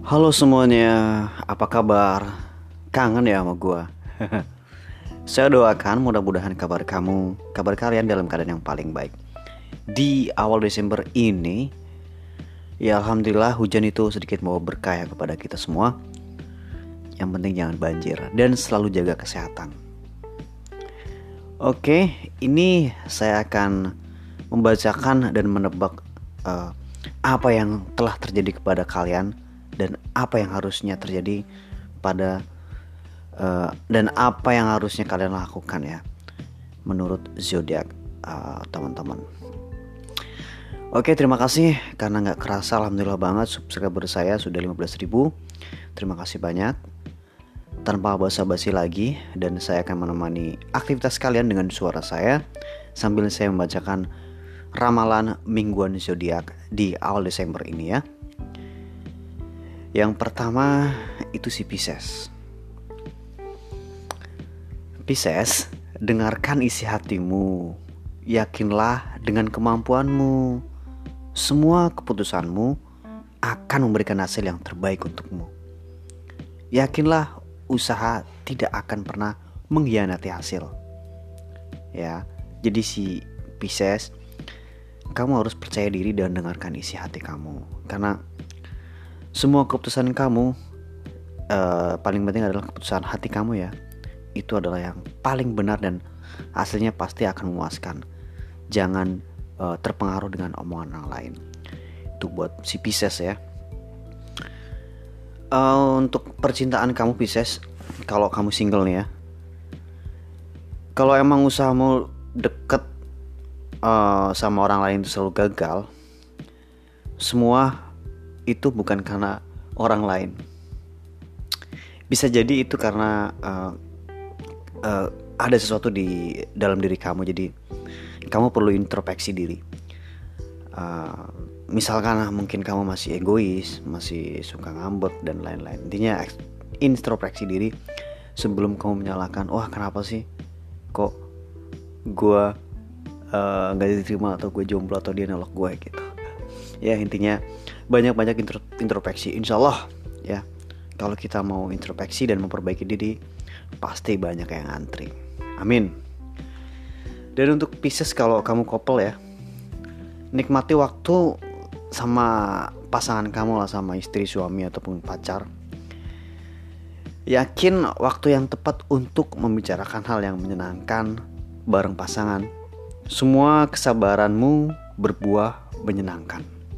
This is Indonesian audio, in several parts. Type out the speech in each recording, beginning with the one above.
Halo semuanya, apa kabar? Kangen ya sama gua. Saya doakan mudah-mudahan kabar kalian dalam keadaan yang paling baik. Di awal Desember ini, ya alhamdulillah hujan itu sedikit mau berkah ya kepada kita semua. Yang penting jangan banjir dan selalu jaga kesehatan. Oke, ini saya akan membacakan dan menebak eh, apa yang telah terjadi kepada kalian dan apa yang harusnya terjadi pada dan apa yang harusnya kalian lakukan ya menurut zodiak teman-teman. Oke, terima kasih karena nggak kerasa alhamdulillah banget subscriber saya sudah 15.000. Terima kasih banyak. Tanpa basa-basi lagi, dan saya akan menemani aktivitas kalian dengan suara saya sambil saya membacakan ramalan mingguan zodiak di awal Desember ini ya. Yang pertama itu si Pisces. Pisces, dengarkan isi hatimu. Yakinlah dengan kemampuanmu. Semua keputusanmu akan memberikan hasil yang terbaik untukmu. Yakinlah usaha tidak akan pernah mengkhianati hasil. Ya, jadi si Pisces, kamu harus percaya diri dan dengarkan isi hati kamu. Karena semua keputusan kamu, paling penting adalah keputusan hati kamu ya. Itu adalah yang paling benar dan hasilnya pasti akan memuaskan. Jangan terpengaruh dengan omongan orang lain. Itu buat si Pisces ya. Untuk percintaan kamu Pisces, kalau kamu single nih ya, kalau emang usahamu deket sama orang lain itu selalu gagal, semua itu bukan karena orang lain. Bisa jadi itu karena ada sesuatu di dalam diri kamu. Jadi kamu perlu introspeksi diri. Misalkan mungkin kamu masih egois, masih suka ngambek dan lain-lain. Intinya introspeksi diri sebelum kamu menyalahkan, wah kenapa sih kok gue gak diterima, atau gue jomblo, atau dia nolak gue gitu. Ya intinya banyak-banyak introspeksi. Insya Allah ya, kalau kita mau introspeksi dan memperbaiki diri, pasti banyak yang antri. Amin. Dan untuk Pisces, kalau kamu couple ya, nikmati waktu sama pasangan kamu lah, sama istri, suami, ataupun pacar. Yakin waktu yang tepat untuk membicarakan hal yang menyenangkan bareng pasangan. Semua kesabaranmu berbuah menyenangkan.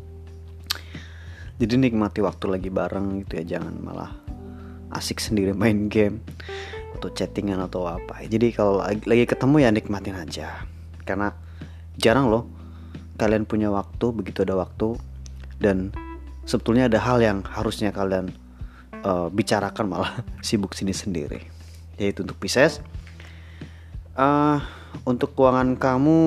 Jadi nikmati waktu lagi bareng gitu ya, jangan malah asik sendiri main game atau chattingan atau apa. Jadi kalau lagi ketemu ya nikmatin aja. Karena jarang loh kalian punya waktu, begitu ada waktu, dan sebetulnya ada hal yang harusnya kalian bicarakan malah sibuk sendiri. Yaitu untuk Pisces. Untuk keuangan kamu,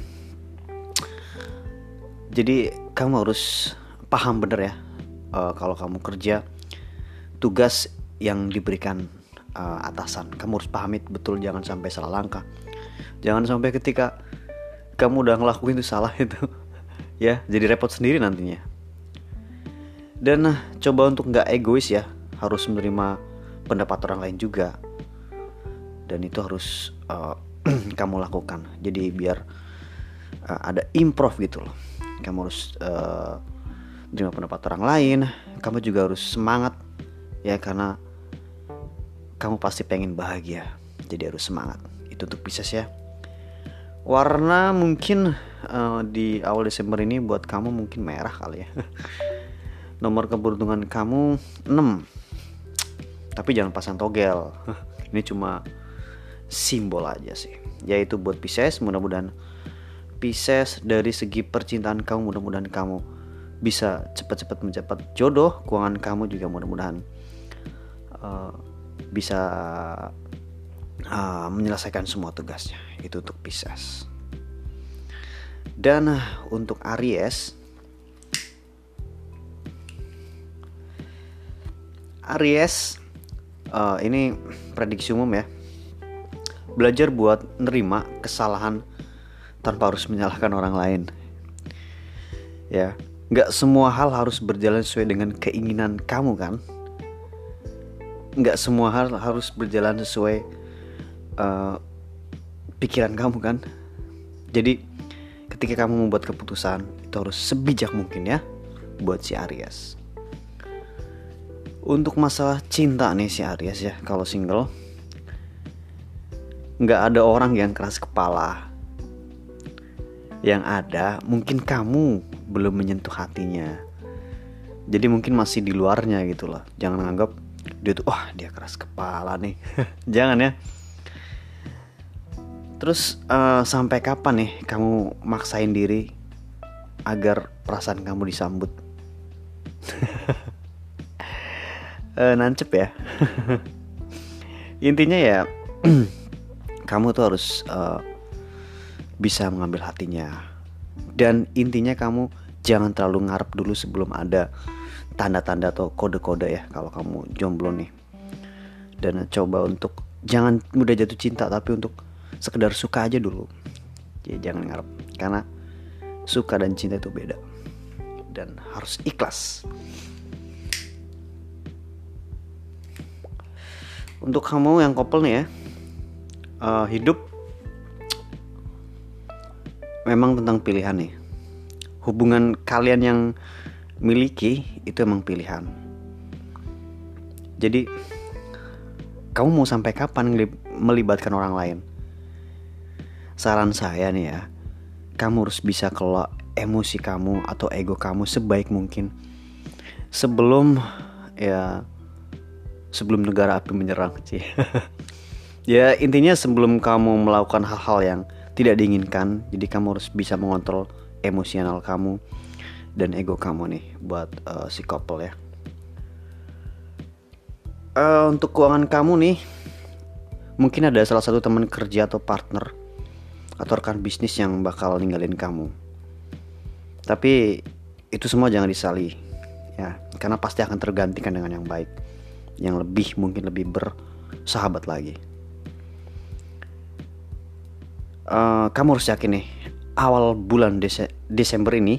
jadi kamu harus paham bener ya, kalau kamu kerja, tugas yang diberikan atasan, kamu harus pahami betul, jangan sampai salah langkah. Jangan sampai ketika kamu udah ngelakuin itu salah itu ya, jadi repot sendiri nantinya. Dan coba untuk gak egois ya, harus menerima pendapat orang lain juga. Dan itu harus kamu lakukan. Jadi biar ada improve gitu loh. Kamu harus menerima pendapat orang lain. Kamu juga harus semangat ya, karena kamu pasti pengen bahagia. Jadi harus semangat. Itu untuk Pisces ya. Warna mungkin di awal Desember ini buat kamu mungkin merah kali ya. Nomor keberuntungan kamu 6. Tapi jangan pasang togel. Ini cuma simbol aja sih. Yaitu buat Pisces, mudah-mudahan Pisces dari segi percintaan kamu, mudah-mudahan kamu bisa cepat-cepat mendapat jodoh. Keuangan kamu juga mudah-mudahan bisa menyelesaikan semua tugasnya. Itu untuk Pisces. Dan untuk Aries, ini prediksi umum ya. Belajar buat nerima kesalahan tanpa harus menyalahkan orang lain. Ya, Nggak semua hal harus berjalan sesuai dengan keinginan kamu kan. Nggak semua hal harus berjalan sesuai pikiran kamu kan. Jadi ketika kamu membuat keputusan, itu harus sebijak mungkin ya buat si Aries. Untuk masalah cinta nih si Aries ya, kalau single, nggak ada orang yang keras kepala. Yang ada mungkin kamu belum menyentuh hatinya. Jadi mungkin masih di luarnya gitu loh. Jangan anggap dia tuh wah dia keras kepala nih. Jangan ya. Terus sampai kapan nih kamu maksain diri agar perasaan kamu disambut? Nancep ya. Intinya ya kamu tuh harus bisa mengambil hatinya. Dan intinya kamu jangan terlalu ngarep dulu sebelum ada tanda-tanda atau kode-kode ya kalau kamu jomblo nih. Dan coba untuk jangan mudah jatuh cinta, tapi untuk sekedar suka aja dulu. Jadi jangan ngarep, karena suka dan cinta itu beda. Dan harus ikhlas. Untuk kamu yang couple nih ya, hidup memang tentang pilihan nih. Hubungan kalian yang miliki itu emang pilihan. Jadi kamu mau sampai kapan melibatkan orang lain? Saran saya nih ya, kamu harus bisa kelola emosi kamu atau ego kamu sebaik mungkin sebelum negara api menyerang sih. Ya intinya sebelum kamu melakukan hal-hal yang tidak diinginkan, jadi kamu harus bisa mengontrol emosional kamu dan ego kamu nih buat si couple ya. Untuk keuangan kamu nih, mungkin ada salah satu teman kerja atau partner atau rekan bisnis yang bakal ninggalin kamu. Tapi itu semua jangan disali ya, karena pasti akan tergantikan dengan yang baik, yang lebih mungkin lebih bersahabat lagi. Kamu harus yakin nih, awal bulan Desember ini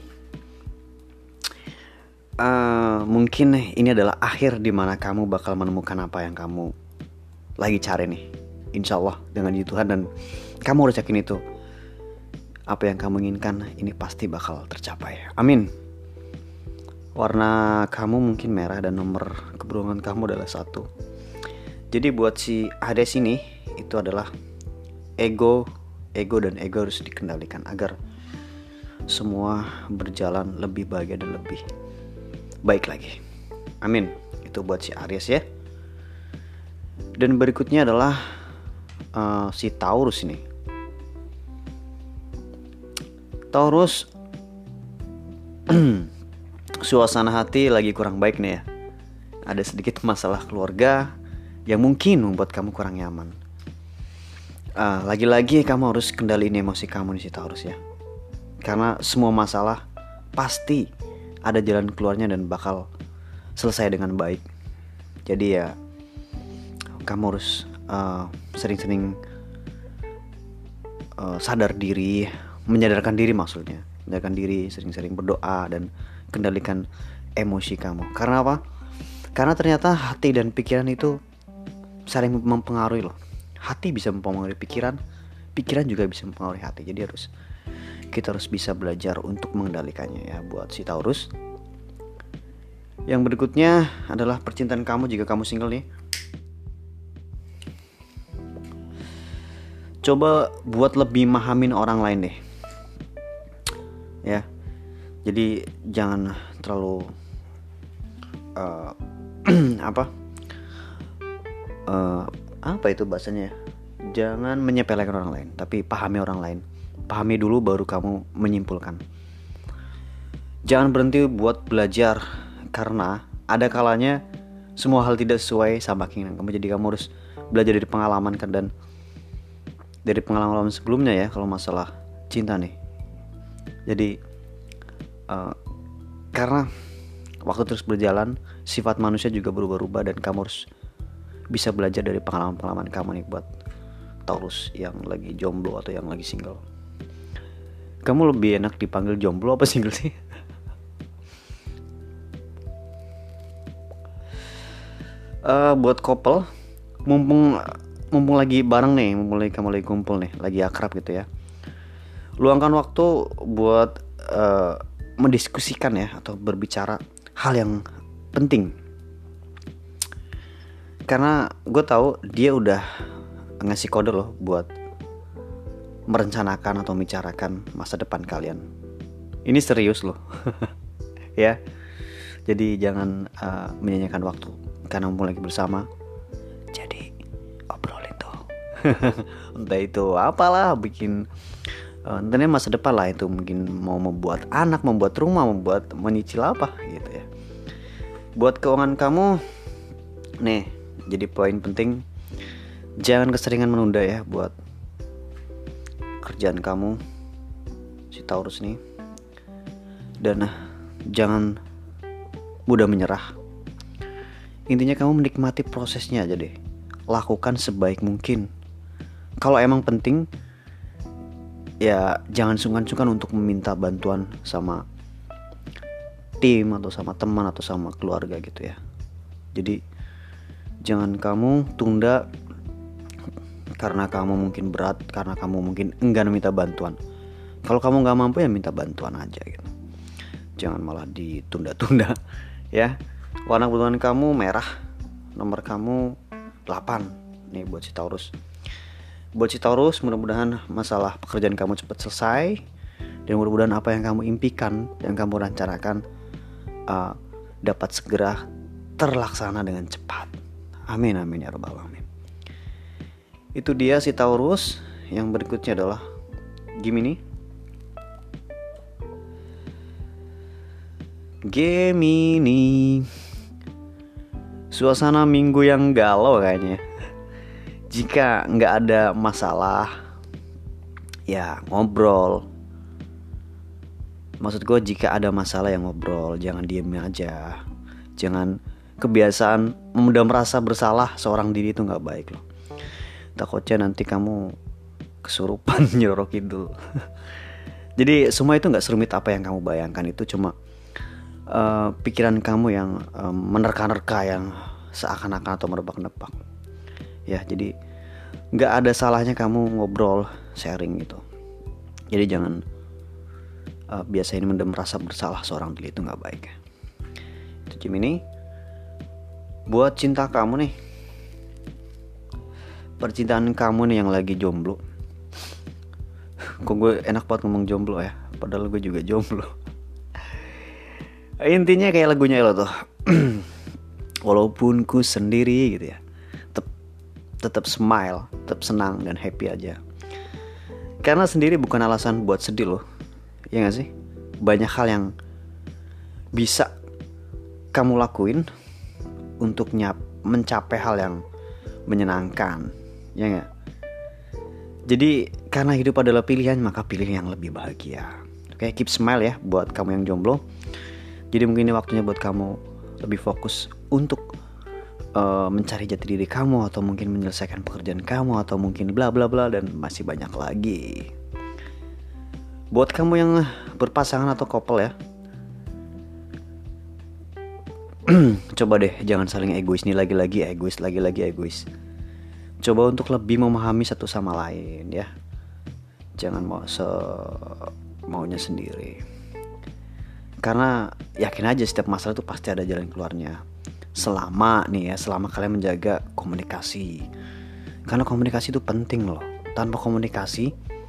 mungkin ini adalah akhir dimana kamu bakal menemukan apa yang kamu lagi cari nih. Insya Allah dengan izin Tuhan, dan kamu harus yakin itu, apa yang kamu inginkan ini pasti bakal tercapai. Amin. Warna kamu mungkin merah dan nomor keberuntungan kamu adalah 1. Jadi buat si Aries ini itu adalah ego dan ego harus dikendalikan agar semua berjalan lebih bahagia dan lebih baik lagi. Amin. Itu buat si Aries ya. Dan berikutnya adalah si Taurus ini. Taurus, suasana hati lagi kurang baik nih ya. Ada sedikit masalah keluarga yang mungkin membuat kamu kurang nyaman. Lagi-lagi kamu harus kendaliin emosi kamu nih si Taurus ya. Karena semua masalah pasti ada jalan keluarnya dan bakal selesai dengan baik. Jadi ya kamu harus sering-sering sadar diri, menyadarkan diri maksudnya. Menyadarkan diri, sering-sering berdoa dan kendalikan emosi kamu. Karena apa? Karena ternyata hati dan pikiran itu saling mempengaruhi loh. Hati bisa mempengaruhi pikiran, pikiran juga bisa mempengaruhi hati. Jadi kita harus bisa belajar untuk mengendalikannya ya buat si Taurus. Yang berikutnya adalah percintaan kamu jika kamu single nih. Coba buat lebih mahamin orang lain deh. Ya. Jadi jangan terlalu apa itu bahasanya? Jangan menyepelekan orang lain, tapi pahami orang lain. Pahami dulu baru kamu menyimpulkan. Jangan berhenti buat belajar, karena ada kalanya semua hal tidak sesuai sama keinginan kamu. Jadi kamu harus belajar dari pengalaman kan, dan dari pengalaman sebelumnya ya kalau masalah cinta nih. Jadi karena waktu terus berjalan, sifat manusia juga berubah-ubah, dan kamu harus bisa belajar dari pengalaman-pengalaman kamu nih buat Taurus yang lagi jomblo atau yang lagi single. Kamu lebih enak dipanggil jomblo apa single sih? Buat couple, mumpung mumpung lagi bareng nih, mumpung lagi kamu lagi kumpul nih, lagi akrab gitu ya, luangkan waktu buat mendiskusikan ya, atau berbicara hal yang penting. Karena gue tahu dia udah ngasih kode loh buat merencanakan atau membicarakan masa depan kalian. Ini serius loh. Ya. Jadi jangan menyanyikan waktu karena mumpung lagi bersama. Jadi obrolin tuh. Entah itu apalah, bikin entahnya masa depan lah, itu mungkin mau membuat anak, membuat rumah, menyicil apa gitu ya. Buat keuangan kamu nih, jadi poin penting, jangan keseringan menunda ya buat kerjaan kamu si Taurus nih. Dan jangan mudah menyerah. Intinya kamu menikmati prosesnya aja deh. Lakukan sebaik mungkin. Kalau emang penting, ya jangan sungkan-sungkan untuk meminta bantuan sama tim atau sama teman atau sama keluarga gitu ya. Jadi jangan kamu tunda karena kamu mungkin berat, karena kamu mungkin enggan minta bantuan. Kalau kamu gak mampu ya minta bantuan aja gitu. Jangan malah ditunda-tunda ya. Warna kebetulan kamu merah, nomor kamu 8 nih buat si Taurus. Buat si Taurus, mudah-mudahan masalah pekerjaan kamu cepat selesai, dan mudah-mudahan apa yang kamu impikan, yang kamu rencanakan dapat segera terlaksana dengan cepat. Amin amin ya rabbal alamin. Itu dia si Taurus. Yang berikutnya adalah Gemini. Suasana minggu yang galau kayaknya. Jika nggak ada masalah, ya ngobrol. Maksud gue, jika ada masalah ya ngobrol, jangan diem aja. Jangan kebiasaan mudah merasa bersalah seorang diri, itu nggak baik loh. Takutnya nanti kamu kesurupan nyerok itu. Jadi semua itu nggak serumit apa yang kamu bayangkan. Itu cuma pikiran kamu yang menerka-nerka, yang seakan-akan atau merebak-nebak. Ya, jadi nggak ada salahnya kamu ngobrol, sharing gitu. Jadi jangan biasain merasa bersalah seorang diri, itu nggak baik. Itu Gemini. Buat cinta kamu nih, percintaan kamu nih yang lagi jomblo. Kok gue enak banget ngomong jomblo ya, padahal gue juga jomblo. Intinya kayak lagunya lo tuh. Walaupun ku sendiri gitu ya, tetap smile, tetap senang dan happy aja. Karena sendiri bukan alasan buat sedih loh. Ya gak sih? Banyak hal yang bisa kamu lakuin untuk mencapai hal yang menyenangkan. Ya gak? Jadi karena hidup adalah pilihan, maka pilih yang lebih bahagia. Oke, keep smile ya buat kamu yang jomblo. Jadi mungkin ini waktunya buat kamu lebih fokus untuk mencari jati diri kamu, atau mungkin menyelesaikan pekerjaan kamu, atau mungkin bla bla bla, dan masih banyak lagi. Buat kamu yang berpasangan atau couple ya, coba deh jangan saling egois. Nih lagi-lagi egois. Coba untuk lebih memahami satu sama lain ya. Jangan maunya sendiri. Karena yakin aja setiap masalah itu pasti ada jalan keluarnya. Selama kalian menjaga komunikasi. Karena komunikasi itu penting loh. Tanpa komunikasi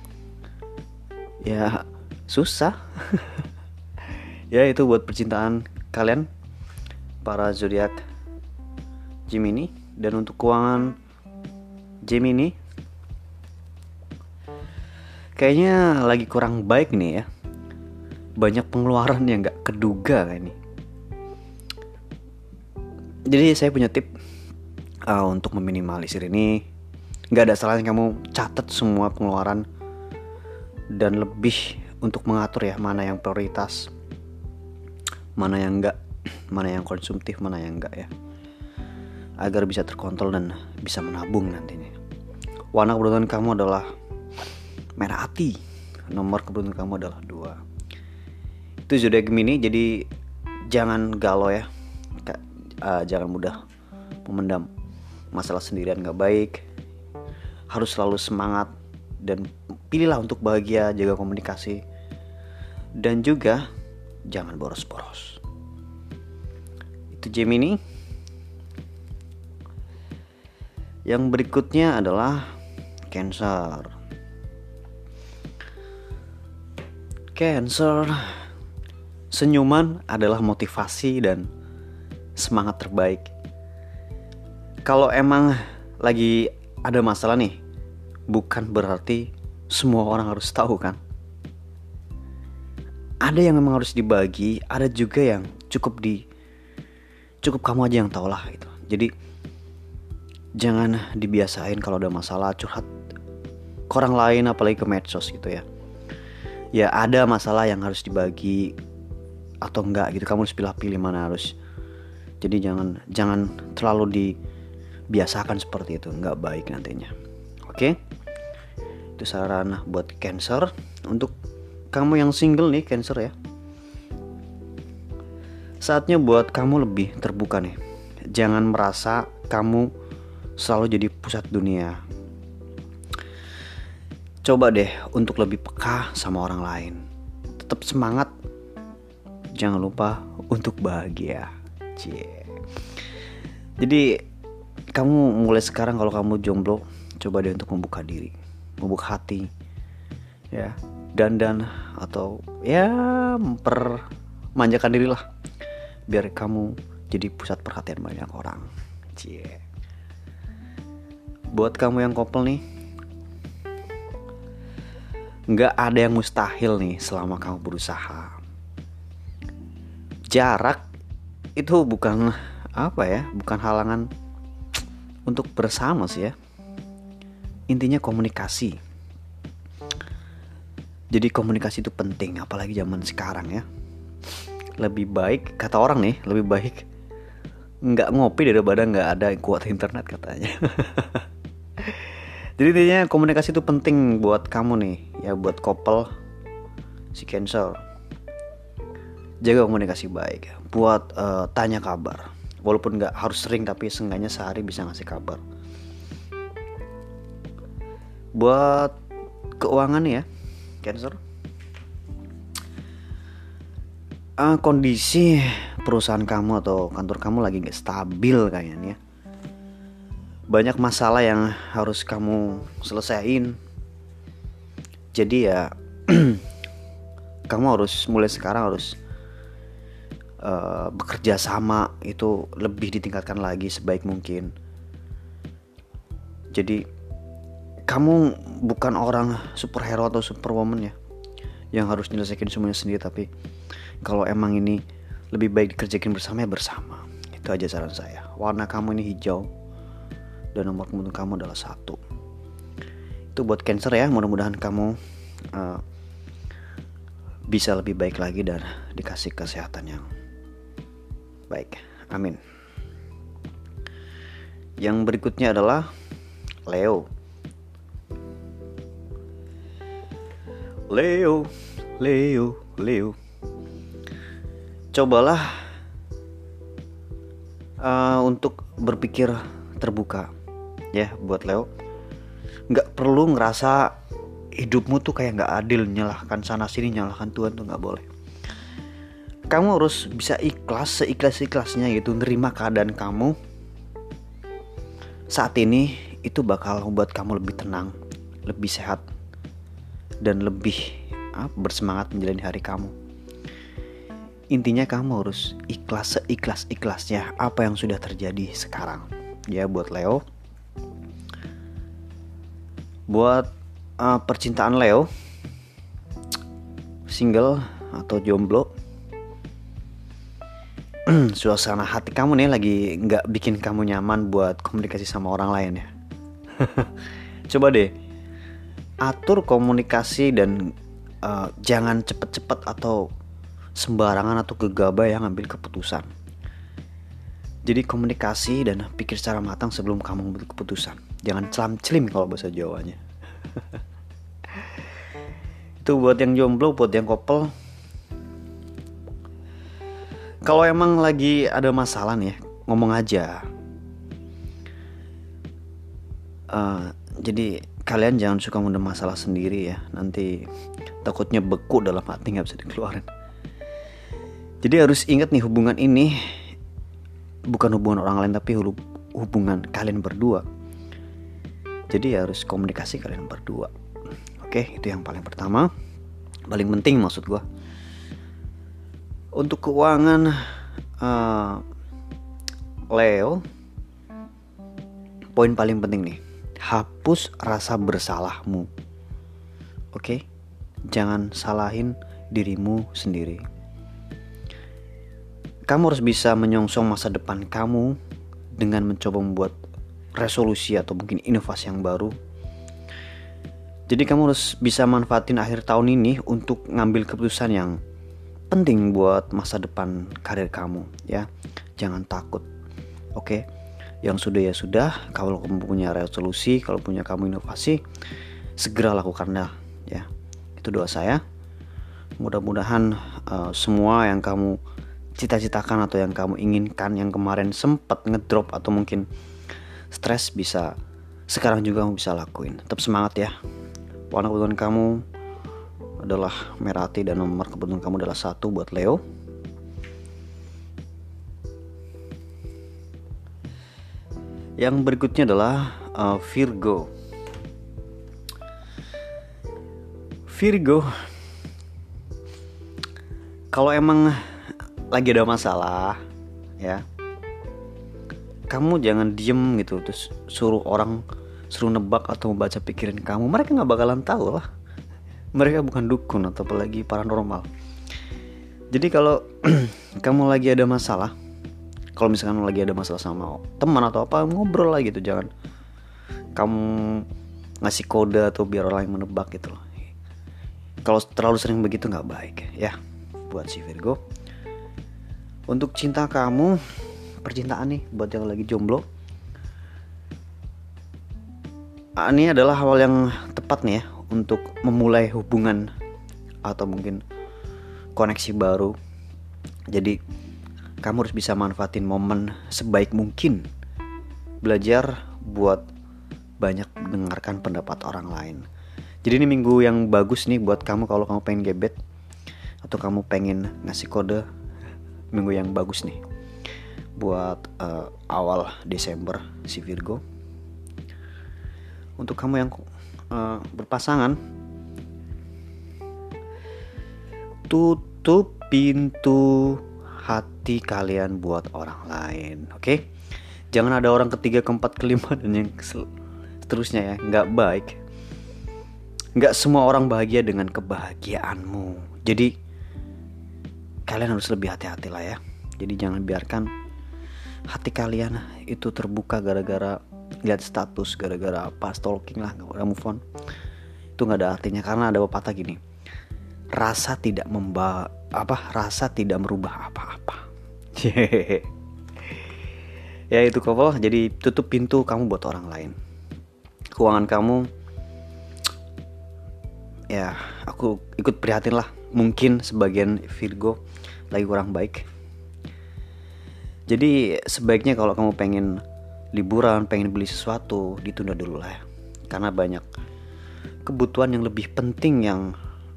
ya susah. Ya, itu buat percintaan kalian para zodiak Gemini. Dan untuk keuangan Gemini, kayaknya lagi kurang baik nih ya. Banyak pengeluaran yang gak keduga kayak ini. Jadi saya punya tip untuk meminimalisir ini. Gak ada salahnya kamu catat semua pengeluaran, dan lebih untuk mengatur ya, mana yang prioritas, mana yang enggak, mana yang konsumtif, mana yang enggak ya, agar bisa terkontrol dan bisa menabung nantinya. Warna keberuntungan kamu adalah merah hati. Nomor keberuntungan kamu adalah 2. Itu zodiak Gemini. Jadi jangan galau ya, jangan mudah memendam masalah sendirian gak baik. Harus selalu semangat dan pilihlah untuk bahagia, jaga komunikasi. Dan juga jangan boros-boros. Itu Gemini. Yang berikutnya adalah Cancer. Cancer, senyuman adalah motivasi dan semangat terbaik. Kalau emang lagi ada masalah nih, bukan berarti semua orang harus tahu kan. Ada yang memang harus dibagi, ada juga yang cukup kamu aja yang tahu lah gitu. Jadi jangan dibiasain kalau ada masalah curhat ke orang lain, apalagi ke medsos gitu ya. Ya ada masalah yang harus dibagi atau enggak gitu, kamu harus pilih mana harus. Jadi jangan terlalu dibiasakan seperti itu, enggak baik nantinya. Oke? Itu saran buat Cancer. Untuk kamu yang single nih Cancer ya, saatnya buat kamu lebih terbuka nih. Jangan merasa kamu selalu jadi pusat dunia. Coba deh untuk lebih peka sama orang lain. Tetap semangat. Jangan lupa untuk bahagia. Cie. Jadi kamu mulai sekarang kalau kamu jomblo, coba deh untuk membuka diri, membuka hati, ya, dandan atau ya mempermanjakan diri lah, biar kamu jadi pusat perhatian banyak orang. Cie. Buat kamu yang couple nih, nggak ada yang mustahil nih selama kamu berusaha. Jarak itu bukan bukan halangan untuk bersama sih ya. Intinya komunikasi. Jadi komunikasi itu penting, apalagi zaman sekarang ya. Lebih baik, kata orang nih, lebih baik nggak ngopi daripada nggak ada kuota internet katanya. Jadi intinya komunikasi itu penting buat kamu nih, ya buat couple si Cancer. Jaga komunikasi baik, buat tanya kabar. Walaupun nggak harus sering, tapi seenggaknya sehari bisa ngasih kabar. Buat keuangan ya, Cancer. Kondisi perusahaan kamu atau kantor kamu lagi nggak stabil kayaknya. Banyak masalah yang harus kamu selesaiin. Jadi ya kamu harus mulai sekarang harus bekerja sama itu lebih ditingkatkan lagi sebaik mungkin. Jadi kamu bukan orang superhero atau superwoman ya yang harus menyelesaikan semuanya sendiri, tapi kalau emang ini lebih baik dikerjakan bersama ya bersama. Itu aja saran saya. Warna kamu ini hijau dan nomor keberuntungan kamu adalah 1. Itu buat Cancer ya. Mudah-mudahan kamu bisa lebih baik lagi dan dikasih kesehatan yang baik. Amin. Yang berikutnya adalah Leo. Cobalah untuk berpikir terbuka ya buat Leo. Gak perlu ngerasa hidupmu tuh kayak gak adil, nyalahkan sana sini, nyalahkan Tuhan tuh gak boleh. Kamu harus bisa ikhlas, seikhlas-ikhlasnya gitu, nerima keadaan kamu saat ini. Itu bakal membuat kamu lebih tenang, lebih sehat, dan lebih bersemangat menjalani hari kamu. Intinya kamu harus ikhlas, seikhlas-ikhlasnya apa yang sudah terjadi sekarang. Ya buat Leo. Buat percintaan Leo, single atau jomblo, suasana hati kamu nih lagi gak bikin kamu nyaman buat komunikasi sama orang lain ya. Coba deh atur komunikasi dan jangan cepet-cepet atau sembarangan atau gegabah yang ngambil keputusan. Jadi komunikasi dan pikir secara matang sebelum kamu mengambil keputusan. Jangan celam-celim kalau bahasa Jawanya. Itu buat yang jomblo, buat yang couple. Kalau emang lagi ada masalah nih, ngomong aja. Jadi kalian jangan suka mendem masalah sendiri ya. Nanti takutnya beku dalam hati, gak bisa dikeluarin. Jadi harus ingat nih, hubungan ini bukan hubungan orang lain, tapi hubungan kalian berdua. Jadi harus komunikasi kalian berdua. Oke, itu yang paling pertama, paling penting maksud gue. Untuk keuangan Leo, poin paling penting nih, hapus rasa bersalahmu. Oke? Jangan salahin dirimu sendiri. Kamu harus bisa menyongsong masa depan kamu dengan mencoba membuat resolusi atau mungkin inovasi yang baru. Jadi kamu harus bisa manfaatin akhir tahun ini untuk ngambil keputusan yang penting buat masa depan karir kamu ya. Jangan takut. Oke? Yang sudah ya sudah. Kalau kamu punya resolusi, kalau punya kamu inovasi, segera lakukannya ya. Itu doa saya. Mudah-mudahan semua yang kamu cita-citakan atau yang kamu inginkan, yang kemarin sempat ngedrop atau mungkin stres, bisa sekarang juga kamu bisa lakuin. Tetap semangat ya. Warna kebetulan kamu adalah merah hati dan nomor kebetulan kamu adalah 1 buat Leo. Yang berikutnya adalah Virgo. Virgo, kalau emang lagi ada masalah ya, kamu jangan diem gitu terus suruh nebak atau membaca pikiran kamu. Mereka gak bakalan tahu lah. Mereka bukan dukun atau apalagi paranormal. Jadi kalau kamu lagi ada masalah, kalau misalkan lagi ada masalah sama teman atau apa, ngobrol lah gitu. Jangan kamu ngasih kode atau biar orang lain menebak gitu loh. Kalau terlalu sering begitu gak baik ya buat si Virgo. Untuk cinta kamu, percintaan nih buat yang lagi jomblo, ini adalah awal yang tepat nih ya untuk memulai hubungan atau mungkin koneksi baru. Jadi kamu harus bisa manfaatin momen sebaik mungkin. Belajar buat banyak mendengarkan pendapat orang lain. Jadi ini minggu yang bagus nih buat kamu kalau kamu pengen gebet atau kamu pengen ngasih kode. Minggu yang bagus nih buat awal Desember si Virgo. Untuk kamu yang berpasangan, tutup pintu hati kalian buat orang lain. Oke? Jangan ada orang ketiga, keempat, kelima dan yang seterusnya ya. Nggak baik. Nggak semua orang bahagia dengan kebahagiaanmu. Jadi kalian harus lebih hati-hati lah ya. Jadi jangan biarkan hati kalian itu terbuka gara-gara lihat status, gara-gara apa, stalking lah, gak move on. Itu gak ada artinya, karena ada pepatah gini, rasa tidak merubah apa-apa. Ya itu couple. Jadi tutup pintu kamu buat orang lain. Keuangan kamu, ya aku ikut prihatin lah. Mungkin sebagian Virgo lagi kurang baik. Jadi sebaiknya kalau kamu pengen liburan, pengen beli sesuatu, ditunda dulu lah ya. Karena banyak kebutuhan yang lebih penting yang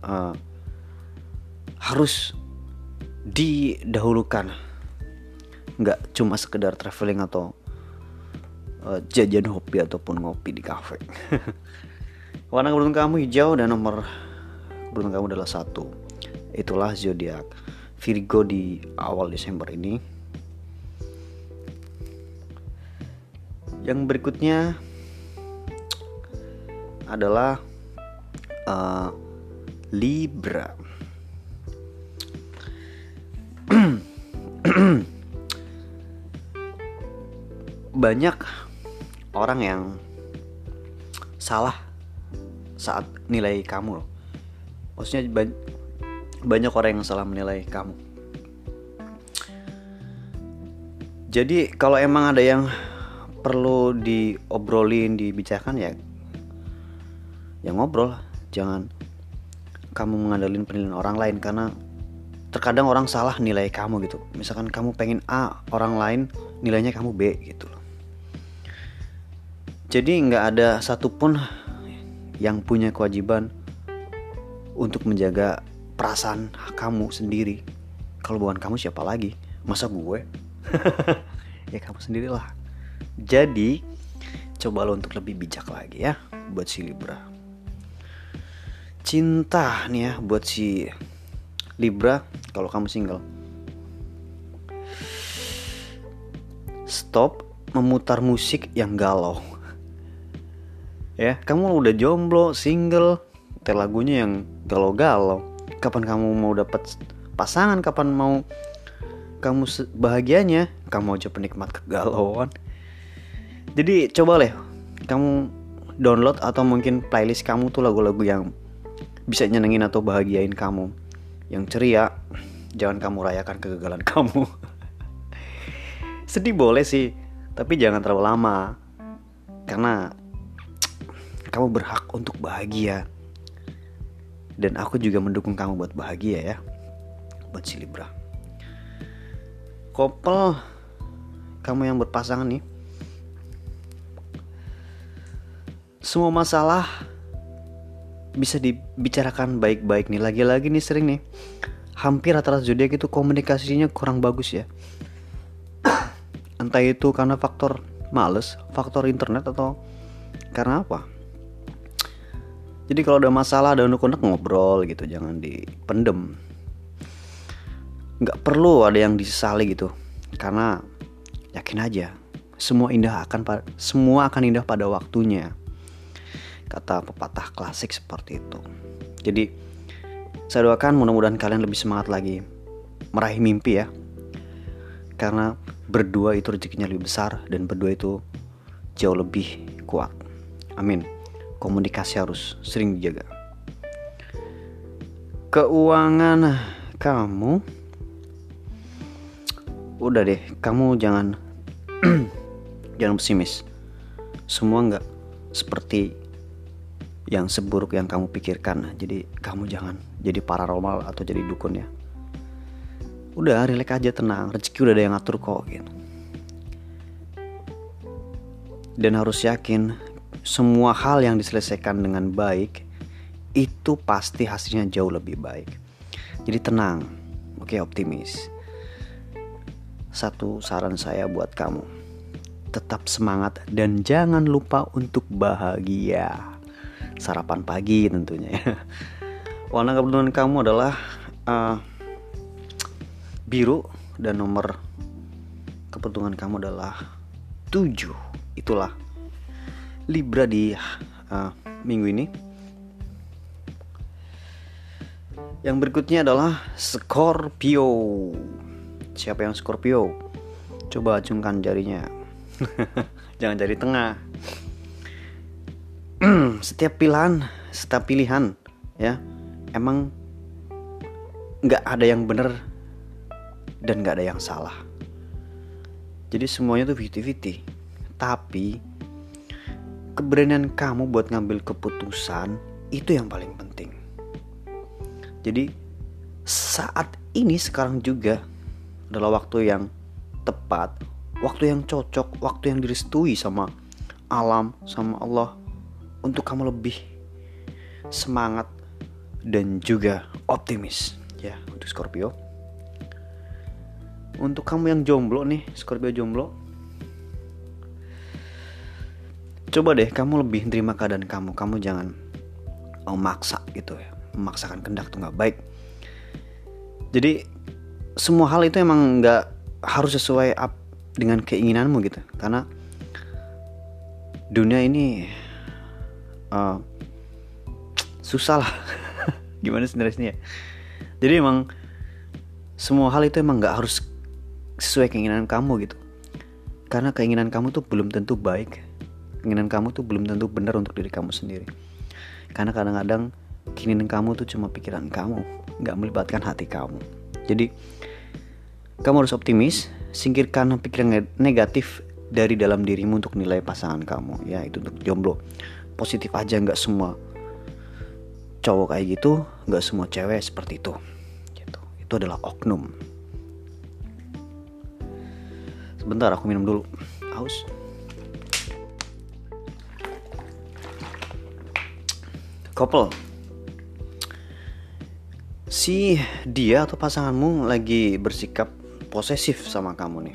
harus didahulukan. Nggak cuma sekedar traveling atau jajan hobi ataupun ngopi di kafe. Warna kebetulan kamu hijau dan nomor kebetulan kamu adalah 1. Itulah zodiak Virgo di awal Desember ini. Yang berikutnya adalah Libra. Banyak orang yang salah saat nilai kamu loh. Maksudnya banyak orang yang salah menilai kamu. Jadi kalau emang ada yang perlu diobrolin, dibicarakan ya ngobrol. Jangan kamu mengandalkan penilaian orang lain, karena terkadang orang salah nilai kamu gitu. Misalkan kamu pengen A, orang lain nilainya kamu B gitu loh. Jadi nggak ada satupun yang punya kewajiban untuk menjaga perasaan kamu sendiri. Kalau bukan kamu siapa lagi? Masa gue? Ya kamu sendirilah. Jadi coba lo untuk lebih bijak lagi ya buat si Libra. Cinta nih ya buat si Libra kalau kamu single. Stop memutar musik yang galau. Ya, kamu udah jomblo, single, ntar lagunya yang galau-galau. Kapan kamu mau dapat pasangan? Kapan mau kamu bahagianya? Kamu aja penikmat kegalauan. Jadi coba deh kamu download atau mungkin playlist kamu tuh lagu-lagu yang bisa nyenengin atau bahagiain kamu, yang ceria. Jangan kamu rayakan kegagalan kamu. Sedih boleh sih, tapi jangan terlalu lama. Karena kamu berhak untuk bahagia. Dan aku juga mendukung kamu buat bahagia ya. Buat si Libra. Couple, kamu yang berpasangan nih, semua masalah bisa dibicarakan baik-baik nih. Lagi-lagi nih sering nih, hampir rata-rata zodiak itu komunikasinya kurang bagus ya. Entah itu karena faktor males, faktor internet, atau karena apa. Jadi kalau ada masalah, ada unek-unek ngobrol gitu, jangan dipendem. Gak perlu ada yang disesali gitu. Karena yakin aja, semua akan indah pada waktunya. Kata pepatah klasik seperti itu. Jadi saya doakan mudah-mudahan kalian lebih semangat lagi meraih mimpi ya. Karena berdua itu rezekinya lebih besar, dan berdua itu jauh lebih kuat. Amin. Komunikasi harus sering dijaga. Keuangan kamu, udah deh, kamu jangan jangan pesimis. Semua nggak seperti yang seburuk yang kamu pikirkan. Jadi kamu jangan jadi paranormal atau jadi dukun ya. Udah relax aja, tenang, rezeki udah ada yang ngatur kok gitu. Dan harus yakin semua hal yang diselesaikan dengan baik itu pasti hasilnya jauh lebih baik. Jadi tenang, oke, optimis. Satu saran saya buat kamu, tetap semangat dan jangan lupa untuk bahagia. Sarapan pagi tentunya ya. Warna kebetulan kamu adalah biru, dan nomor kebetulan kamu adalah 7. Itulah Libra di minggu ini. Yang berikutnya adalah Scorpio. Siapa yang Scorpio? Coba acungkan jarinya. Jangan jari tengah. Setiap pilihan ya, emang gak ada yang benar dan gak ada yang salah. Jadi semuanya tuh 50-50. Tapi keberanian kamu buat ngambil keputusan itu yang paling penting. Jadi saat ini sekarang juga adalah waktu yang tepat, waktu yang cocok, waktu yang direstui sama alam, sama Allah, untuk kamu lebih semangat dan juga optimis ya untuk Scorpio. Untuk kamu yang jomblo nih, Scorpio jomblo, coba deh kamu lebih terima keadaan kamu. Kamu jangan memaksa gitu ya. Memaksakan kehendak tuh gak baik. Jadi semua hal itu emang gak harus sesuai dengan keinginanmu gitu. Karena dunia ini susah lah. Gimana sebenarnya ya. Jadi emang semua hal itu emang gak harus sesuai keinginan kamu gitu. Karena keinginan kamu tuh belum tentu baik. Keinginan kamu tuh belum tentu benar untuk diri kamu sendiri. Karena kadang-kadang keinginan kamu tuh cuma pikiran kamu, gak melibatkan hati kamu. Jadi kamu harus optimis. Singkirkan pikiran negatif dari dalam dirimu untuk nilai pasangan kamu. Ya itu untuk jomblo. Positif aja, gak semua cowok kayak gitu, gak semua cewek seperti itu gitu. Itu adalah oknum. Sebentar aku minum dulu, haus. Couple, si dia atau pasanganmu lagi bersikap posesif sama kamu nih.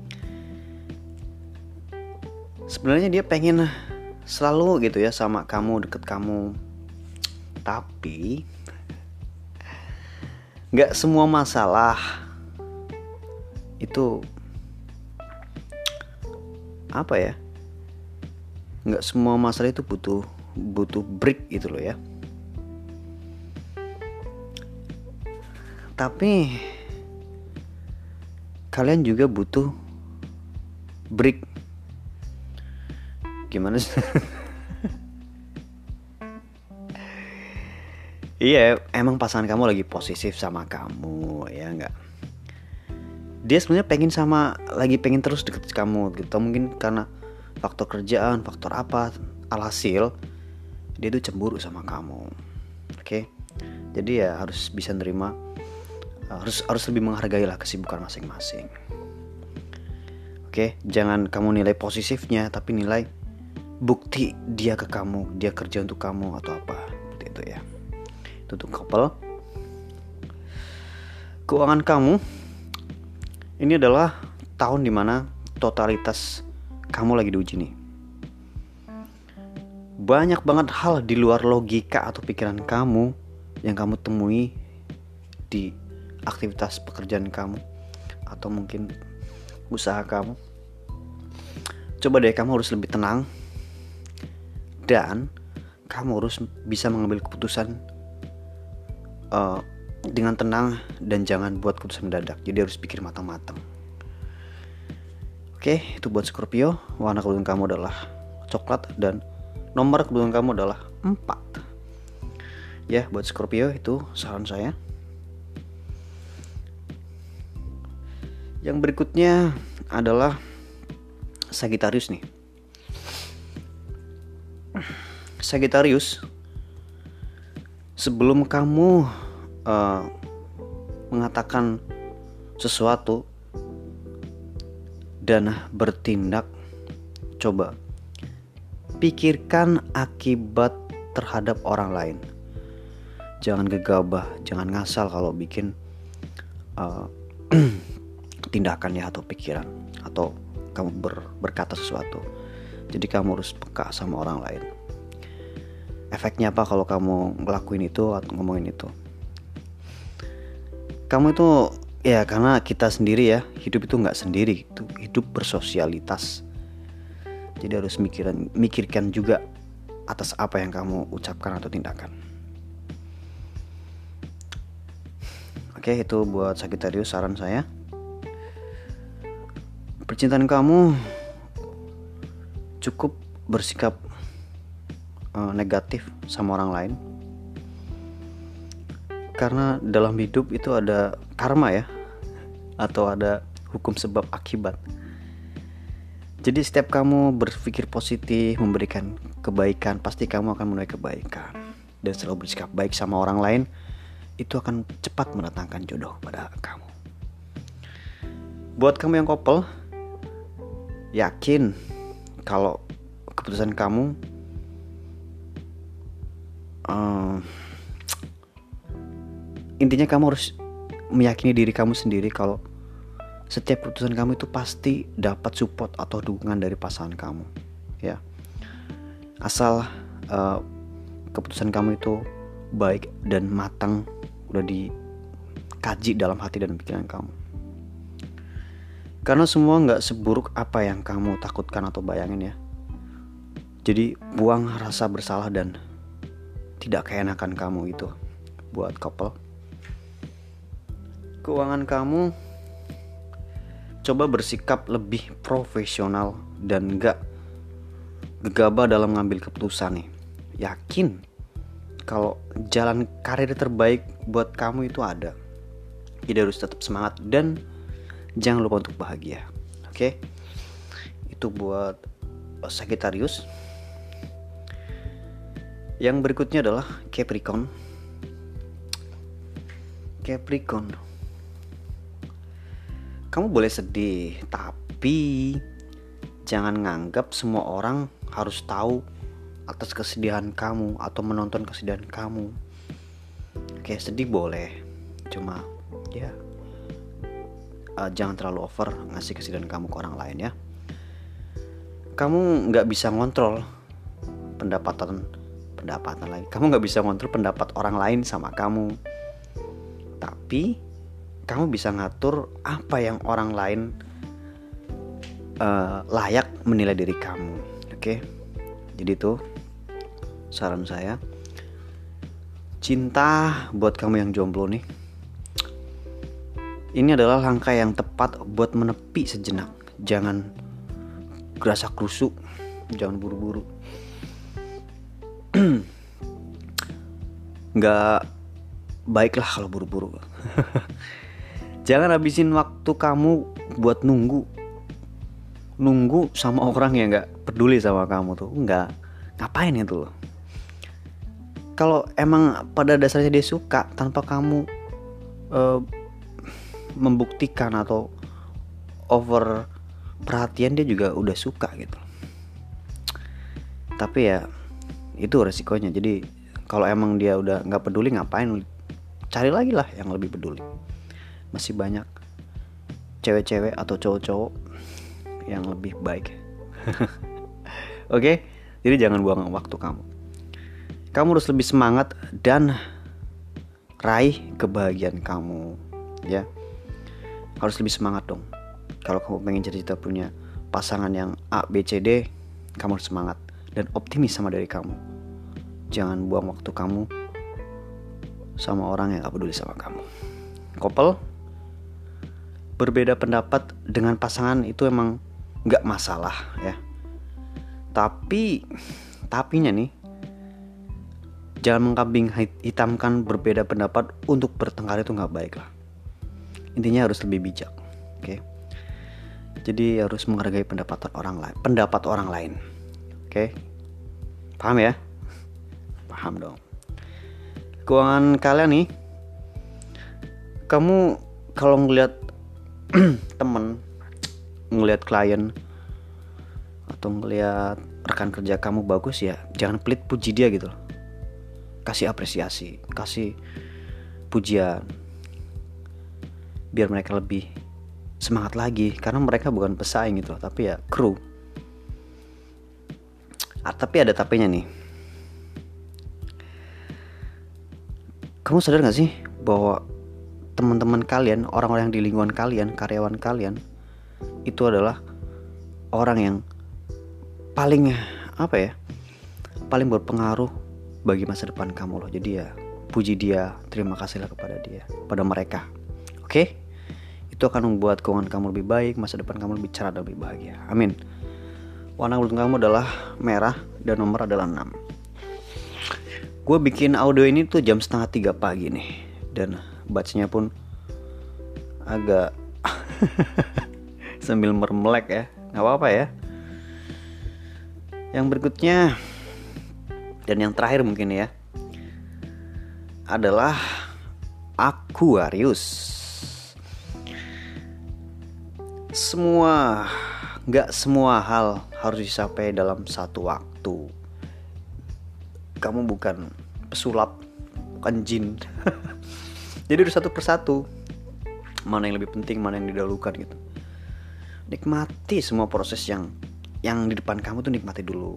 Sebenarnya dia pengen selalu gitu ya sama kamu, deket kamu. Tapi gak semua masalah itu apa ya, gak semua masalah itu butuh break gitu loh ya. Tapi kalian juga butuh break. Gimana sih? Iya, emang pasangan kamu lagi posesif sama kamu, ya enggak? Dia sebenarnya lagi pengen terus deket kamu gitu. Mungkin karena faktor kerjaan, faktor apa, alhasil dia tuh cemburu sama kamu. Oke? Jadi ya harus bisa nerima, harus lebih menghargai lah kesibukan masing-masing. Oke, jangan kamu nilai posesifnya, tapi nilai bukti dia ke kamu, dia kerja untuk kamu atau apa seperti itu ya. Itu untuk couple. Keuangan kamu, ini adalah tahun dimana totalitas kamu lagi diuji nih. Banyak banget hal di luar logika atau pikiran kamu yang kamu temui di aktivitas pekerjaan kamu atau mungkin usaha kamu. Coba deh kamu harus lebih tenang. Dan kamu harus bisa mengambil keputusan dengan tenang dan jangan buat keputusan mendadak. Jadi harus pikir matang-matang. Oke, itu buat Scorpio. Warna kebetulan kamu adalah coklat dan nomor kebetulan kamu adalah 4. Ya, buat Scorpio itu saran saya. Yang berikutnya adalah Sagittarius nih. Sagittarius, sebelum kamu mengatakan sesuatu dan bertindak, coba pikirkan akibat terhadap orang lain. Jangan gegabah, jangan ngasal kalau bikin tindakan ya atau pikiran atau kamu berkata sesuatu. Jadi kamu harus peka sama orang lain. Efeknya apa kalau kamu ngelakuin itu atau ngomongin itu? Kamu itu ya karena kita sendiri ya, hidup itu nggak sendiri, itu hidup bersosialitas. Jadi harus mikirkan juga atas apa yang kamu ucapkan atau tindakan. Oke, itu buat Sagittarius saran saya. Percintaan kamu cukup bersikap negatif sama orang lain. Karena dalam hidup itu ada karma ya, atau ada hukum sebab akibat. Jadi setiap kamu berpikir positif, memberikan kebaikan, pasti kamu akan menuai kebaikan. Dan selalu bersikap baik sama orang lain, itu akan cepat mendatangkan jodoh pada kamu. Buat kamu yang couple, yakin kalau keputusan kamu intinya kamu harus meyakini diri kamu sendiri kalau setiap keputusan kamu itu pasti dapat support atau dukungan dari pasangan kamu ya. Asal keputusan kamu itu baik dan matang, udah dikaji dalam hati dan pikiran kamu. Karena semua gak seburuk apa yang kamu takutkan atau bayangin ya. Jadi buang rasa bersalah dan tidak keenakan kamu itu buat couple. Keuangan kamu, coba bersikap lebih profesional dan gak gegabah dalam mengambil keputusan nih. Yakin kalau jalan karir terbaik buat kamu itu ada. Jadi harus tetap semangat dan jangan lupa untuk bahagia. Oke? Itu buat Sagittarius. Yang berikutnya adalah Capricorn. Kamu boleh sedih, tapi jangan nganggap semua orang harus tahu atas kesedihan kamu atau menonton kesedihan kamu. Oke, sedih boleh, cuma ya jangan terlalu over ngasih kesedihan kamu ke orang lain ya. Kamu nggak bisa ngontrol pendapatan lain. Kamu nggak bisa ngontrol pendapat orang lain sama kamu. Tapi kamu bisa ngatur apa yang orang lain layak menilai diri kamu. Oke? Jadi tuh saran saya, cinta buat kamu yang jomblo nih, ini adalah langkah yang tepat buat menepi sejenak. Jangan gerasa kerusuk, jangan buru-buru. Nggak baik lah kalau buru-buru. Jangan habisin waktu kamu buat nunggu sama orang yang nggak peduli sama kamu tuh. Nggak, ngapain itu loh. Kalau emang pada dasarnya dia suka tanpa kamu membuktikan atau over perhatian, dia juga udah suka gitu. Tapi ya itu resikonya. Jadi kalau emang dia udah nggak peduli, ngapain, cari lagi lah yang lebih peduli. Masih banyak cewek-cewek atau cowok-cowok yang lebih baik. Oke? Jadi jangan buang waktu kamu. Kamu harus lebih semangat dan raih kebahagiaan kamu, ya. Harus lebih semangat dong. Kalau kamu pengen cita-cita punya pasangan yang A, B, C, D, kamu harus semangat dan optimis sama diri kamu. Jangan buang waktu kamu sama orang yang gak peduli sama kamu. Couple, berbeda pendapat dengan pasangan itu emang gak masalah ya. Tapinya nih, jangan mengkambing hitamkan berbeda pendapat untuk bertengkar, itu gak baik lah. Intinya harus lebih bijak. Oke. Jadi harus menghargai pendapat orang lain. Oke. Paham ya? Paham dong. Keuangan kalian nih, kamu kalau ngelihat temen, ngelihat klien atau ngelihat rekan kerja kamu bagus, ya jangan pelit puji dia gitu loh. Kasih apresiasi, kasih pujian, biar mereka lebih semangat lagi, karena mereka bukan pesaing gitu loh, tapi ya kru. Tapi ada tapinya nih. Kamu sadar gak sih bahwa teman-teman kalian, orang-orang yang di lingkungan kalian, karyawan kalian, itu adalah orang yang paling paling berpengaruh bagi masa depan kamu loh. Jadi ya puji dia, terima kasihlah kepada dia, pada mereka. Oke? Itu akan membuat keuangan kamu lebih baik, masa depan kamu lebih cerah dan lebih bahagia. Amin. Warna kulit kamu adalah merah dan nomor adalah 6. Gue bikin audio ini tuh jam 2:30 pagi nih, dan bacanya pun agak sambil mermelek ya. Gak apa-apa ya. Yang berikutnya dan yang terakhir mungkin ya, adalah Aquarius. Gak semua hal harus dicapai dalam satu waktu. Kamu bukan pesulap, bukan jin. Jadi harus satu persatu, mana yang lebih penting, mana yang didahulukan gitu. Nikmati semua proses yang di depan kamu tuh, nikmati dulu.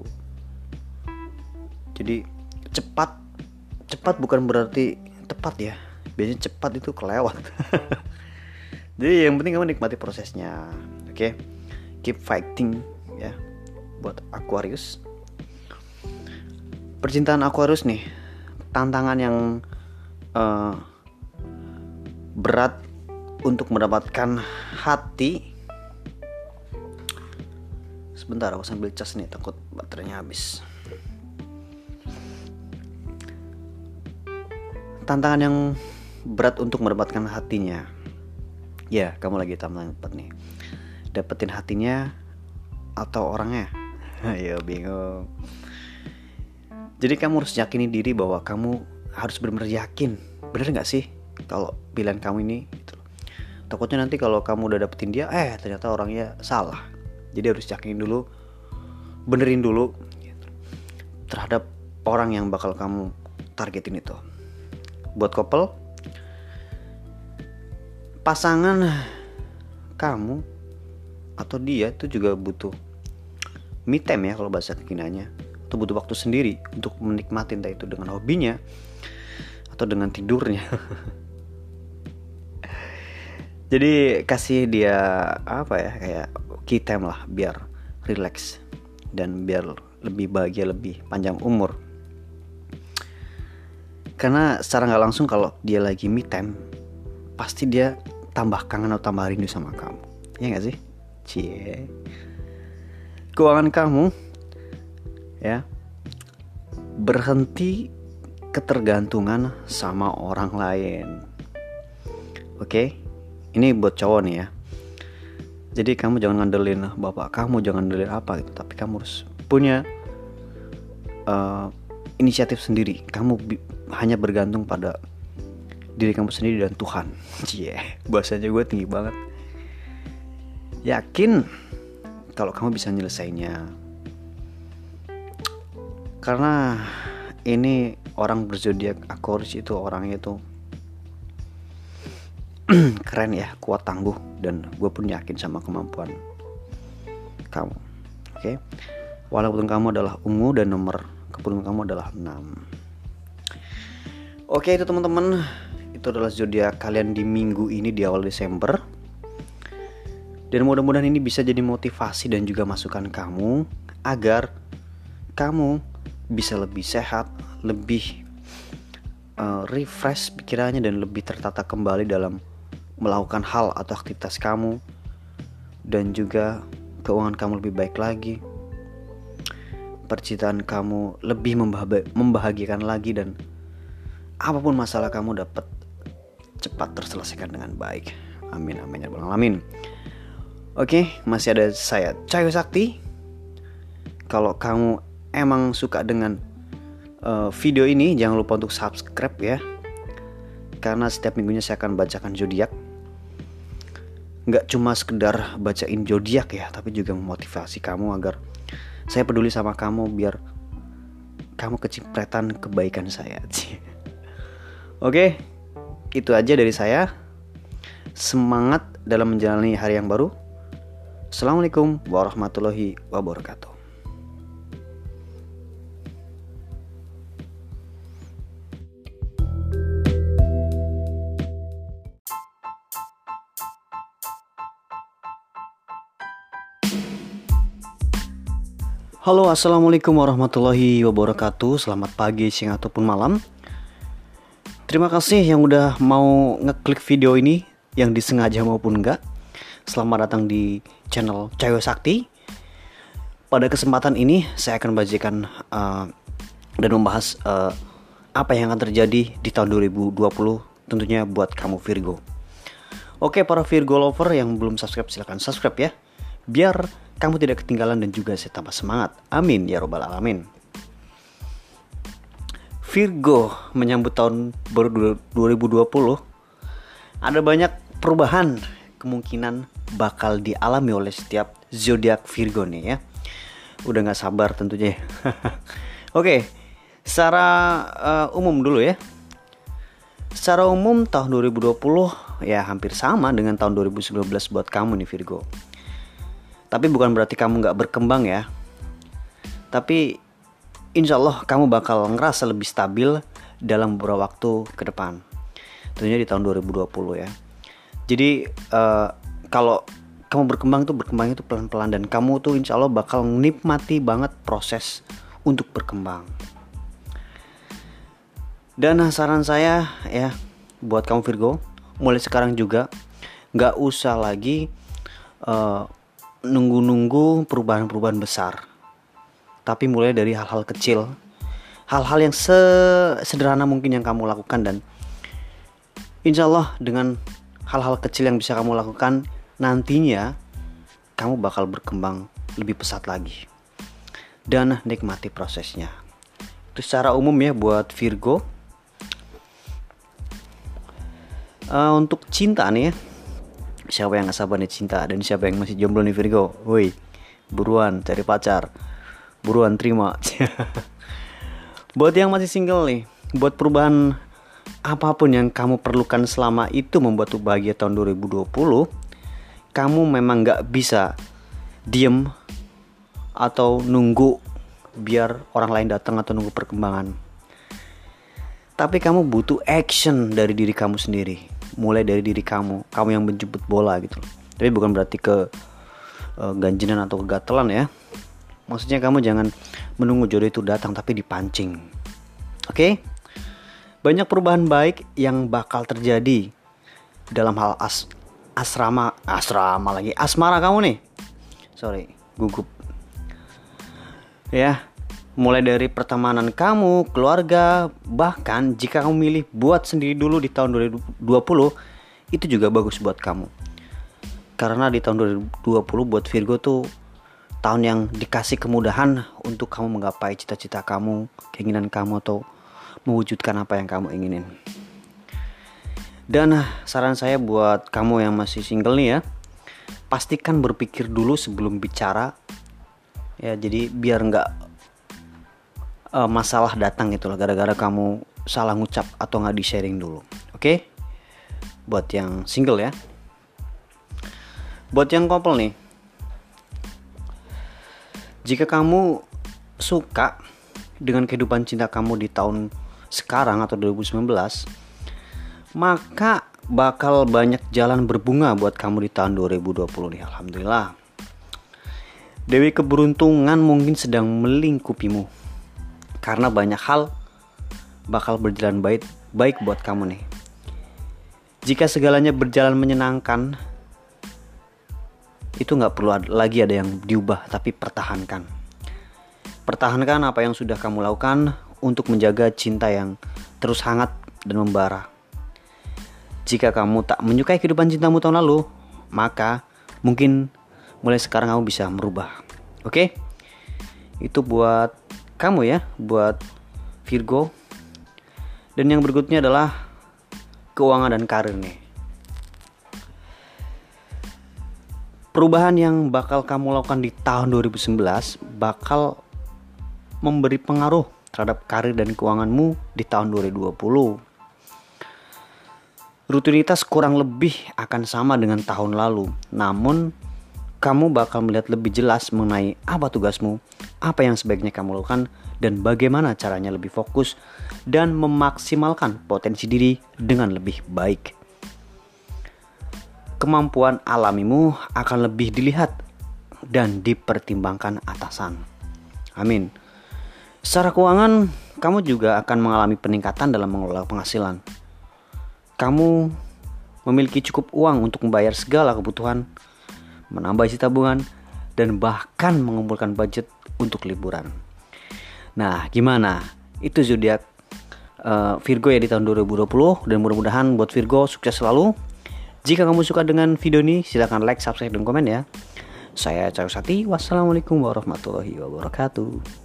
Jadi cepat bukan berarti tepat ya. Biasanya cepat itu kelewat. Jadi yang penting kamu nikmati prosesnya. Oke? Keep fighting ya buat Aquarius. Percintaan Aquarius nih, tantangan yang berat untuk mendapatkan hati. Sebentar, aku sambil cas nih, takut baterainya habis. Tantangan yang berat untuk mendapatkan hatinya. Ya, kamu lagi tantangan tempat nih. Dapetin hatinya atau orangnya? Ayo, bingung. Jadi kamu harus yakini diri bahwa kamu harus benar-benar yakin. Bener gak sih kalau pilihan kamu ini gitu. Takutnya nanti kalau kamu udah dapetin dia, ternyata orangnya salah. Jadi harus yakinin dulu, benerin dulu gitu. terhadap orang yang bakal kamu targetin itu. Buat couple, pasangan kamu atau dia itu juga butuh me time ya kalau bahasa kekiniannya, atau butuh waktu sendiri untuk menikmati entah itu dengan hobinya atau dengan tidurnya. Jadi kasih dia apa ya, kayak key time lah, biar relax dan biar lebih bahagia, lebih panjang umur. Karena secara gak langsung kalau dia lagi me time, pasti dia tambah kangen atau tambah rindu sama kamu. Ya gak sih? Cie. Keuangan kamu ya, berhenti ketergantungan sama orang lain. Oke? Ini buat cowok nih ya. Jadi kamu jangan ngandelin bapak kamu, jangan ngandelin apa gitu, tapi kamu harus punya inisiatif sendiri. Kamu hanya bergantung pada diri kamu sendiri dan Tuhan. Cie, bahasanya gue tinggi banget. Yakin kalau kamu bisa nyelesainnya. Karena ini orang berzodiak Aquarius itu orangnya itu keren ya, kuat, tangguh, dan gue pun yakin sama kemampuan kamu. Oke? Walaupun kamu adalah ungu dan nomor keberuntungan kamu adalah 6. Oke, itu teman-teman, itu adalah zodiak kalian di minggu ini di awal Desember. Dan mudah-mudahan ini bisa jadi motivasi dan juga masukan kamu agar kamu bisa lebih sehat, lebih refresh pikirannya, dan lebih tertata kembali dalam melakukan hal atau aktivitas kamu, dan juga keuangan kamu lebih baik lagi, percintaan kamu lebih membahagiakan lagi, dan apapun masalah kamu dapat cepat terselesaikan dengan baik. Amin amin ya rabbal alamin. Oke, masih ada saya Cahyo Sakti. Kalau kamu emang suka dengan video ini, jangan lupa untuk subscribe ya, karena setiap minggunya saya akan bacakan zodiak. Nggak cuma sekedar bacain zodiak ya, tapi juga memotivasi kamu agar saya peduli sama kamu, biar kamu kecipratan kebaikan saya. Oke, itu aja dari saya. Semangat dalam menjalani hari yang baru. Assalamualaikum warahmatullahi wabarakatuh. Halo, assalamualaikum warahmatullahi wabarakatuh. Selamat pagi, siang, ataupun malam. Terima kasih yang udah mau ngeklik video ini, yang disengaja maupun enggak. Selamat datang di channel Cahyo Sakti. Pada kesempatan ini saya akan bacakan dan membahas apa yang akan terjadi di tahun 2020, tentunya buat kamu Virgo. Oke, para Virgo lover yang belum subscribe, silahkan subscribe ya, biar kamu tidak ketinggalan dan juga saya tambah semangat. Amin ya robbal alamin. Virgo menyambut tahun baru 2020. Ada banyak perubahan kemungkinan bakal dialami oleh setiap zodiak Virgo nih ya. Udah gak sabar tentunya. Oke, secara umum dulu ya. Secara umum tahun 2020 ya hampir sama dengan tahun 2019 buat kamu nih Virgo. Tapi bukan berarti kamu gak berkembang ya. Tapi insya Allah kamu bakal ngerasa lebih stabil dalam beberapa waktu ke depan. Tentunya di tahun 2020 ya. Jadi kalau kamu berkembang itu pelan-pelan, dan kamu tuh insya Allah bakal menikmati banget proses untuk berkembang. Dan saran saya ya buat kamu Virgo, mulai sekarang juga gak usah lagi nunggu-nunggu perubahan-perubahan besar. Tapi mulai dari hal-hal kecil, hal-hal yang sederhana mungkin yang kamu lakukan, dan insya Allah dengan hal-hal kecil yang bisa kamu lakukan, nantinya kamu bakal berkembang lebih pesat lagi. Dan nikmati prosesnya. Itu secara umum ya buat Virgo. Untuk cinta nih ya, siapa yang gak sabar nih cinta, dan siapa yang masih jomblo nih Virgo, woi, buruan cari pacar, buruan terima. Buat yang masih single nih, buat perubahan apapun yang kamu perlukan selama itu membuat bahagia tahun 2020, kamu memang gak bisa diem atau nunggu biar orang lain datang atau nunggu perkembangan. Tapi kamu butuh action dari diri kamu sendiri. Mulai dari diri kamu yang menjemput bola gitu. Tapi bukan berarti ke ganjinan atau kegatelan ya. Maksudnya kamu jangan menunggu jodoh itu datang, tapi dipancing. Oke? Banyak perubahan baik yang bakal terjadi dalam hal asmara kamu nih. Gugup. Ya, mulai dari pertemanan kamu, keluarga, bahkan jika kamu milih buat sendiri dulu di tahun 2020, itu juga bagus buat kamu. Karena di tahun 2020 buat Virgo tuh tahun yang dikasih kemudahan untuk kamu menggapai cita-cita kamu, keinginan kamu, atau mewujudkan apa yang kamu inginin. Dan saran saya buat kamu yang masih single nih ya, pastikan berpikir dulu sebelum bicara. Ya, jadi biar nggak masalah datang gitu lah gara-gara kamu salah ngucap atau nggak di sharing dulu. Oke? Buat yang single ya. Buat yang couple nih, jika kamu suka dengan kehidupan cinta kamu di tahun sekarang atau 2019, maka bakal banyak jalan berbunga buat kamu di tahun 2020 nih. Alhamdulillah. Dewi keberuntungan mungkin sedang melingkupimu, karena banyak hal bakal berjalan baik buat kamu nih. Jika segalanya berjalan menyenangkan, itu gak perlu lagi ada yang diubah, tapi pertahankan. Pertahankan apa yang sudah kamu lakukan untuk menjaga cinta yang terus hangat dan membara. Jika kamu tak menyukai kehidupan cintamu tahun lalu, maka mungkin mulai sekarang kamu bisa merubah. Oke? Itu buat kamu ya, buat Virgo. Dan yang berikutnya adalah keuangan dan karir nih. Perubahan yang bakal kamu lakukan di tahun 2019 bakal memberi pengaruh terhadap karir dan keuanganmu di tahun 2020. Rutinitas kurang lebih akan sama dengan tahun lalu, namun kamu bakal melihat lebih jelas mengenai apa tugasmu, apa yang sebaiknya kamu lakukan, dan bagaimana caranya lebih fokus dan memaksimalkan potensi diri dengan lebih baik. Kemampuan alamimu akan lebih dilihat dan dipertimbangkan atasan. Amin. Secara keuangan, kamu juga akan mengalami peningkatan dalam mengelola penghasilan. Kamu memiliki cukup uang untuk membayar segala kebutuhan, menambah isi tabungan, dan bahkan mengumpulkan budget untuk liburan. Nah, gimana? Itu zodiak Virgo ya di tahun 2020, dan mudah-mudahan buat Virgo sukses selalu. Jika kamu suka dengan video ini, silakan like, subscribe, dan komen ya. Saya Cahyo Sati. Wassalamualaikum warahmatullahi wabarakatuh.